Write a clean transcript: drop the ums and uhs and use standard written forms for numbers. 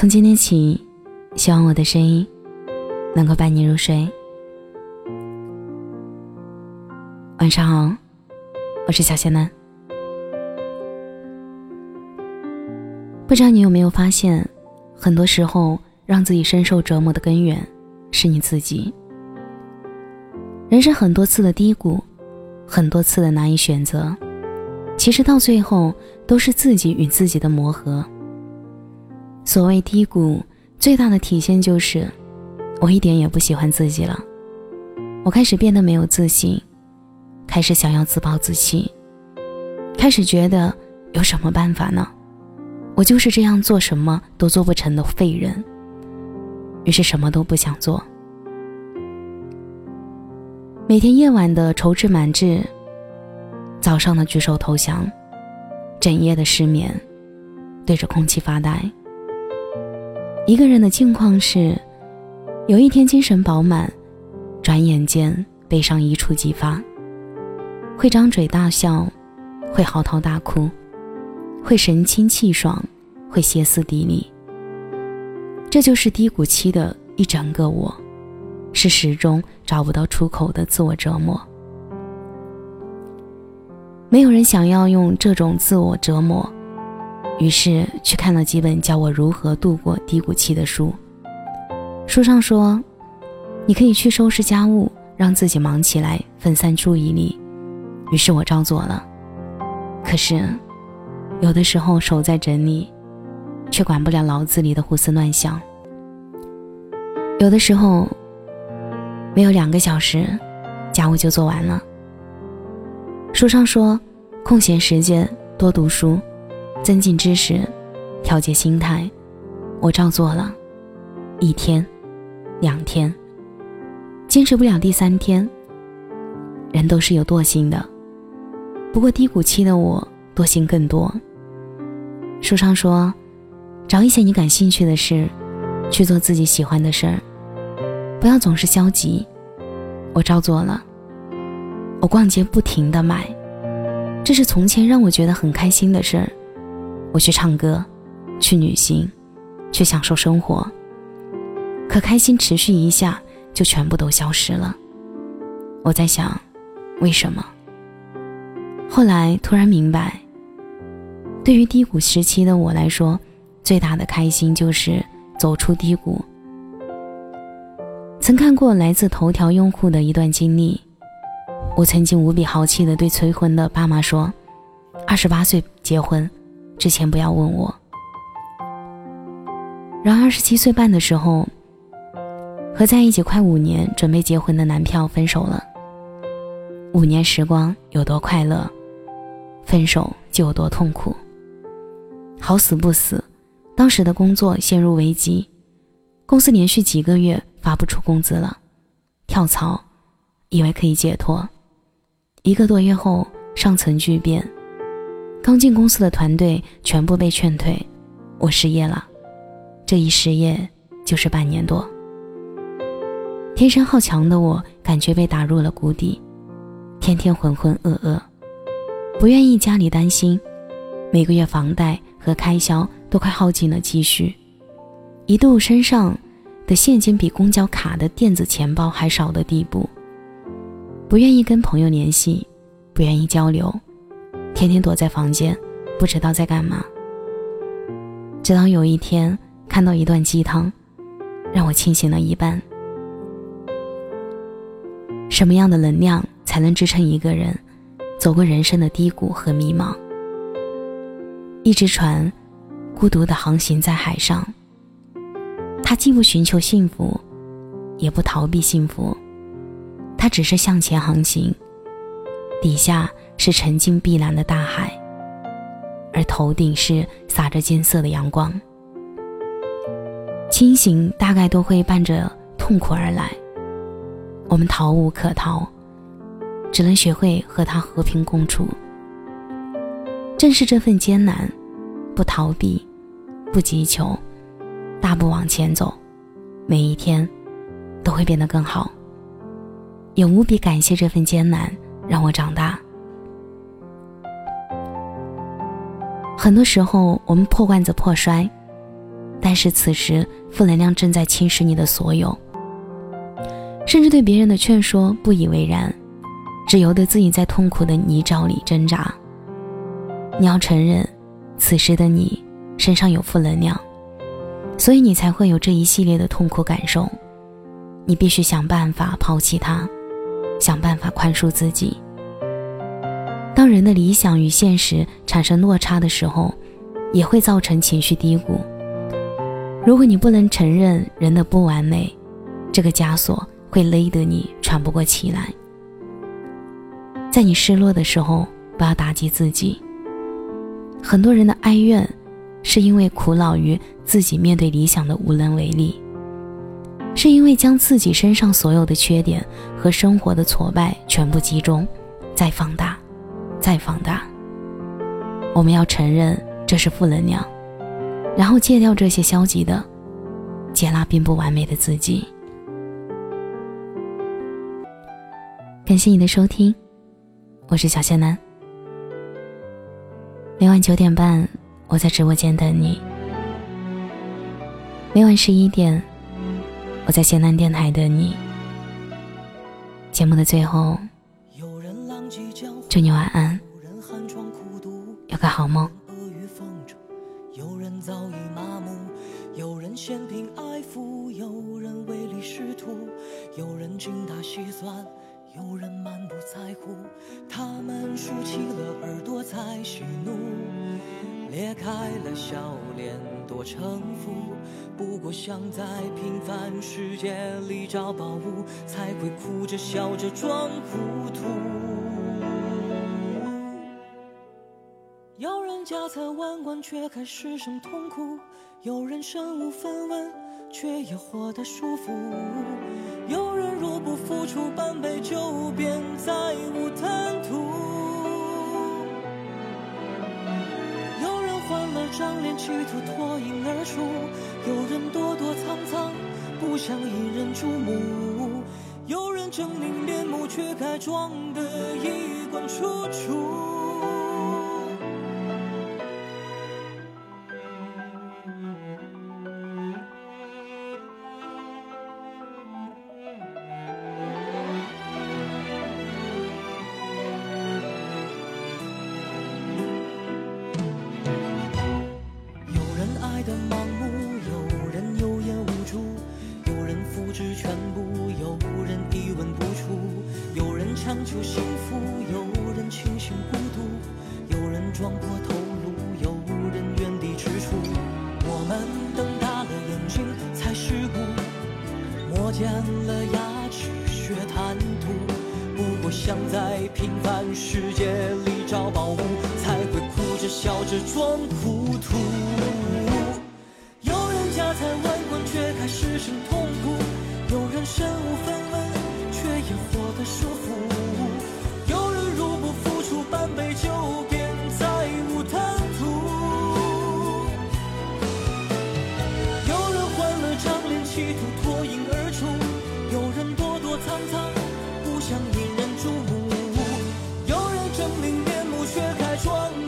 从今天起，希望我的声音能够伴你入睡。晚上好，我是小仙男。不知道你有没有发现，很多时候让自己深受折磨的根源是你自己。人生很多次的低谷，很多次的难以选择，其实到最后都是自己与自己的磨合。所谓低谷，最大的体现就是我一点也不喜欢自己了，我开始变得没有自信，开始想要自暴自弃，开始觉得有什么办法呢？我就是这样做什么都做不成的废人，于是什么都不想做。每天夜晚的愁至满志，早上的举手投降，整夜的失眠，对着空气发呆。一个人的境况是，有一天精神饱满，转眼间悲伤一触即发，会张嘴大笑，会嚎啕大哭，会神清气爽，会歇斯底里。这就是低谷期的一整个我，是始终找不到出口的自我折磨。没有人想要用这种自我折磨，于是去看了几本教我如何度过低谷期的书。书上说，你可以去收拾家务，让自己忙起来，分散注意力。于是我照做了。可是有的时候手在整理，却管不了脑子里的胡思乱想。有的时候没有2个小时，家务就做完了。书上说，空闲时间多读书，增进知识，调节心态。我照做了，1天2天，坚持不了第3天。人都是有惰性的，不过低谷期的我惰性更多。书上说，找一些你感兴趣的事，去做自己喜欢的事儿，不要总是消极。我照做了。我逛街不停地买，这是从前让我觉得很开心的事儿。我去唱歌，去旅行，去享受生活，可开心持续一下就全部都消失了。我在想，为什么？后来突然明白，对于低谷时期的我来说，最大的开心就是走出低谷。曾看过来自头条用户的一段经历，我曾经无比豪气地对催婚的爸妈说，28岁结婚，之前不要问我。然而27岁半的时候，和在一起快5年准备结婚的男票分手了。5年时光有多快乐，分手就有多痛苦。好死不死，当时的工作陷入危机，公司连续几个月发不出工资了，跳槽，以为可以解脱。1个多月后，上层巨变，刚进公司的团队全部被劝退，我失业了。这一失业就是半年多。天生好强的我感觉被打入了谷底，天天浑浑噩噩，不愿意家里担心，每个月房贷和开销都快耗尽了积蓄，一度身上的现金比公交卡的电子钱包还少的地步，不愿意跟朋友联系，不愿意交流，天天躲在房间，不知道在干嘛。直到有一天看到一段鸡汤，让我清醒了一半。什么样的能量才能支撑一个人走过人生的低谷和迷茫？一只船孤独地航行在海上，它既不寻求幸福，也不逃避幸福，它只是向前航行，底下是沉静碧蓝的大海，而头顶是洒着金色的阳光。清醒大概都会伴着痛苦而来，我们逃无可逃，只能学会和它和平共处。正是这份艰难，不逃避，不急求，大步往前走，每一天都会变得更好。也无比感谢这份艰难让我长大。很多时候我们破罐子破摔，但但是此时负能量正在侵蚀你的所有，甚至对别人的劝说不以为然，只由得自己在痛苦的泥沼里挣扎。你要承认，此时的你身上有负能量，所以你才会有这一系列的痛苦感受。你必须想办法抛弃它，想办法宽恕自己。当人的理想与现实产生落差的时候，也会造成情绪低谷。如果你不能承认人的不完美，这个枷锁会勒得你喘不过气来。在你失落的时候，不要打击自己。很多人的哀怨是因为苦恼于自己面对理想的无能为力，是因为将自己身上所有的缺点和生活的挫败全部集中，再放大，再放大。我们要承认这是负能量，然后戒掉这些消极的，接纳并不完美的自己。感谢你的收听，我是小仙男。每晚9点半，我在直播间等你。每晚11点，我在仙男电台等你。节目的最后，祝你晚安，有个好梦。 有人早已麻木，有人嫌贫爱富，有人唯利是图，有人精打细算，有人满不在乎。他们竖起了耳朵才喜怒，裂开了笑脸多城府。不过想在平凡世界里找宝物，才会哭着笑着装糊涂。有人家财万贯却还失声痛哭，有人身无分文却也活得舒服，有人若不付出半杯酒便再无贪图，有人换了张脸企图脱颖而出，有人躲躲藏藏不想引人注目，有人狰狞面目却该装得衣冠楚楚。的盲目，有人有眼无珠，有人复制全部，有人一文不出，有人强求幸福，有人庆幸孤独，有人撞破头颅，有人原地踟蹰。我们瞪大了眼睛才世故，磨尖了牙齿学贪图，不过想在平凡世界里找宝物，才会哭着笑着装糊涂。家财万贯却还失声痛哭，有人身无分文却也活得舒服，有人如不付出半杯酒便再无贪图，有人换了张脸企图脱颖而出，有人躲躲藏藏不想引人注目，有人狰狞面目却还装